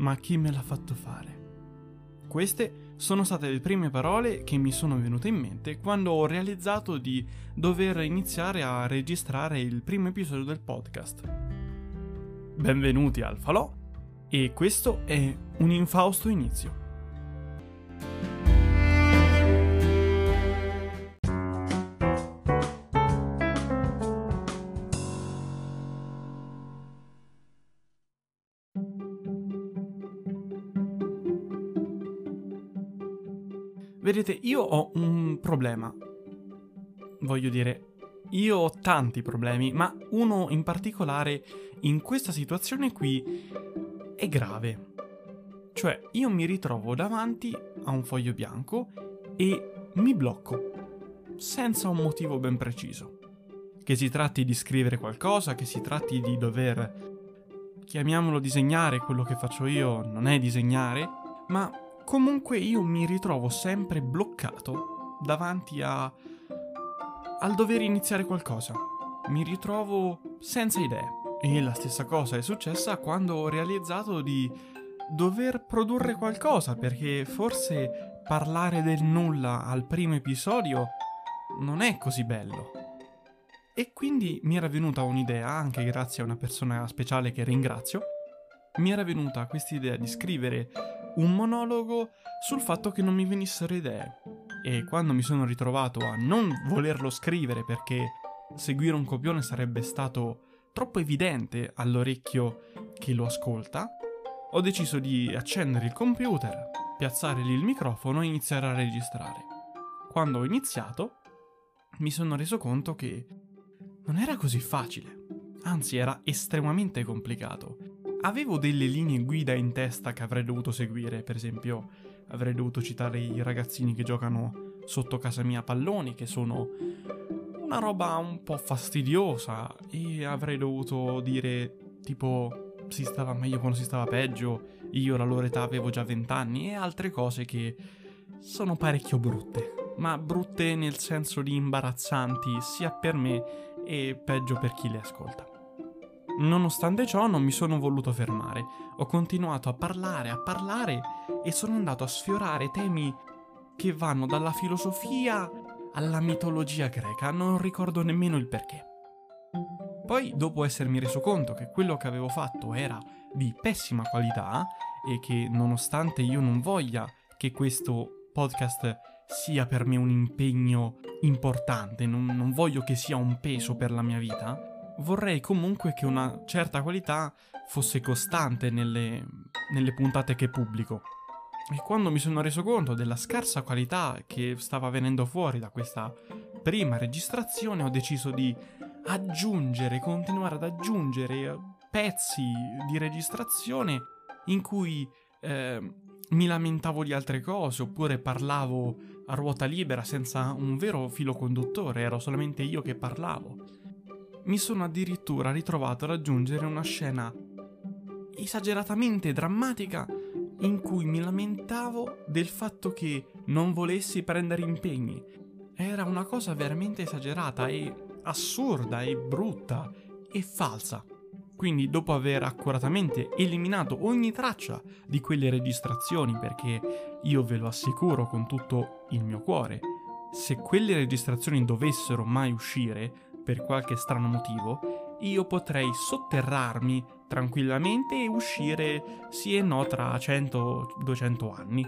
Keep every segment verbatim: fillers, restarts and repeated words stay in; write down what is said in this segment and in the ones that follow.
ma chi me l'ha fatto fare? Queste sono state le prime parole che mi sono venute in mente quando ho realizzato di dover iniziare a registrare il primo episodio del podcast. Benvenuti al Falò, e questo è un infausto inizio. Vedete, io ho un problema. Voglio dire, io ho tanti problemi, ma uno in particolare in questa situazione qui è grave. Cioè, io mi ritrovo davanti a un foglio bianco e mi blocco, senza un motivo ben preciso. Che si tratti di scrivere qualcosa, che si tratti di dover, chiamiamolo disegnare, quello che faccio io non è disegnare, ma comunque io mi ritrovo sempre bloccato davanti a al dover iniziare qualcosa. Mi ritrovo senza idee. E la stessa cosa è successa quando ho realizzato di dover produrre qualcosa, perché forse parlare del nulla al primo episodio non è così bello. E quindi mi era venuta un'idea, anche grazie a una persona speciale che ringrazio, mi era venuta questa idea di scrivere un monologo sul fatto che non mi venissero idee. E quando mi sono ritrovato a non volerlo scrivere perché seguire un copione sarebbe stato troppo evidente all'orecchio che lo ascolta, ho deciso di accendere il computer, piazzare lì il microfono e iniziare a registrare. Quando ho iniziato mi sono reso conto che non era così facile, anzi era estremamente complicato. Avevo delle linee guida in testa che avrei dovuto seguire, per esempio avrei dovuto citare i ragazzini che giocano sotto casa mia a palloni, che sono una roba un po' fastidiosa, e avrei dovuto dire tipo si stava meglio quando si stava peggio, io alla loro età avevo già vent'anni, e altre cose che sono parecchio brutte, ma brutte nel senso di imbarazzanti sia per me e peggio per chi le ascolta. Nonostante ciò non mi sono voluto fermare, ho continuato a parlare, a parlare e sono andato a sfiorare temi che vanno dalla filosofia alla mitologia greca, non ricordo nemmeno il perché. Poi, dopo essermi reso conto che quello che avevo fatto era di pessima qualità e che nonostante io non voglia che questo podcast sia per me un impegno importante, non, non voglio che sia un peso per la mia vita, vorrei comunque che una certa qualità fosse costante nelle, nelle puntate che pubblico. E quando mi sono reso conto della scarsa qualità che stava venendo fuori da questa prima registrazione, ho deciso di aggiungere, continuare ad aggiungere pezzi di registrazione in cui eh, mi lamentavo di altre cose, oppure parlavo a ruota libera senza un vero filo conduttore, ero solamente io che parlavo. Mi sono addirittura ritrovato ad aggiungere una scena esageratamente drammatica in cui mi lamentavo del fatto che non volessi prendere impegni. Era una cosa veramente esagerata e assurda e brutta e falsa. Quindi, dopo aver accuratamente eliminato ogni traccia di quelle registrazioni, perché io ve lo assicuro con tutto il mio cuore, se quelle registrazioni dovessero mai uscire per qualche strano motivo, io potrei sotterrarmi tranquillamente e uscire sì e no tra cento duecento anni.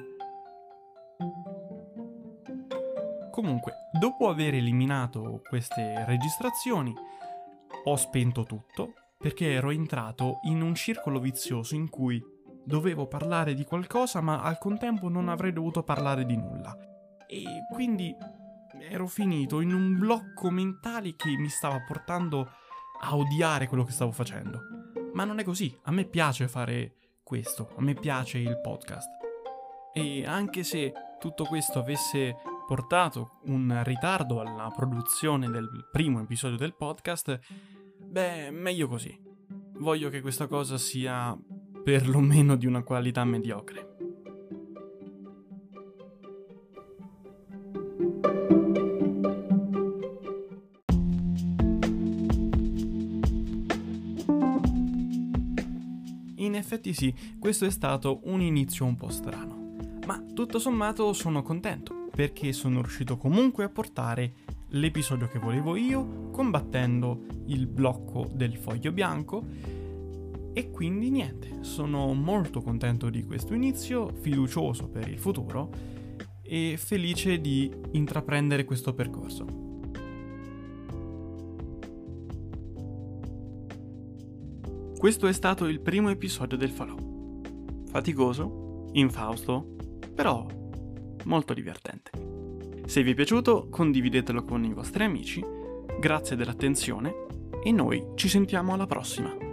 Comunque, dopo aver eliminato queste registrazioni, ho spento tutto perché ero entrato in un circolo vizioso in cui dovevo parlare di qualcosa, ma al contempo non avrei dovuto parlare di nulla. E quindi ero finito in un blocco mentale che mi stava portando a odiare quello che stavo facendo. Ma non è così, a me piace fare questo, a me piace il podcast. E anche se tutto questo avesse portato un ritardo alla produzione del primo episodio del podcast, beh, meglio così. Voglio che questa cosa sia perlomeno di una qualità mediocre. In effetti sì, questo è stato un inizio un po' strano. Ma tutto sommato sono contento, perché sono riuscito comunque a portare l'episodio che volevo io, combattendo il blocco del foglio bianco. E quindi niente, sono molto contento di questo inizio, fiducioso per il futuro e felice di intraprendere questo percorso. Questo è stato il primo episodio del falò. Faticoso, infausto, però molto divertente. Se vi è piaciuto, condividetelo con i vostri amici, grazie dell'attenzione e noi ci sentiamo alla prossima.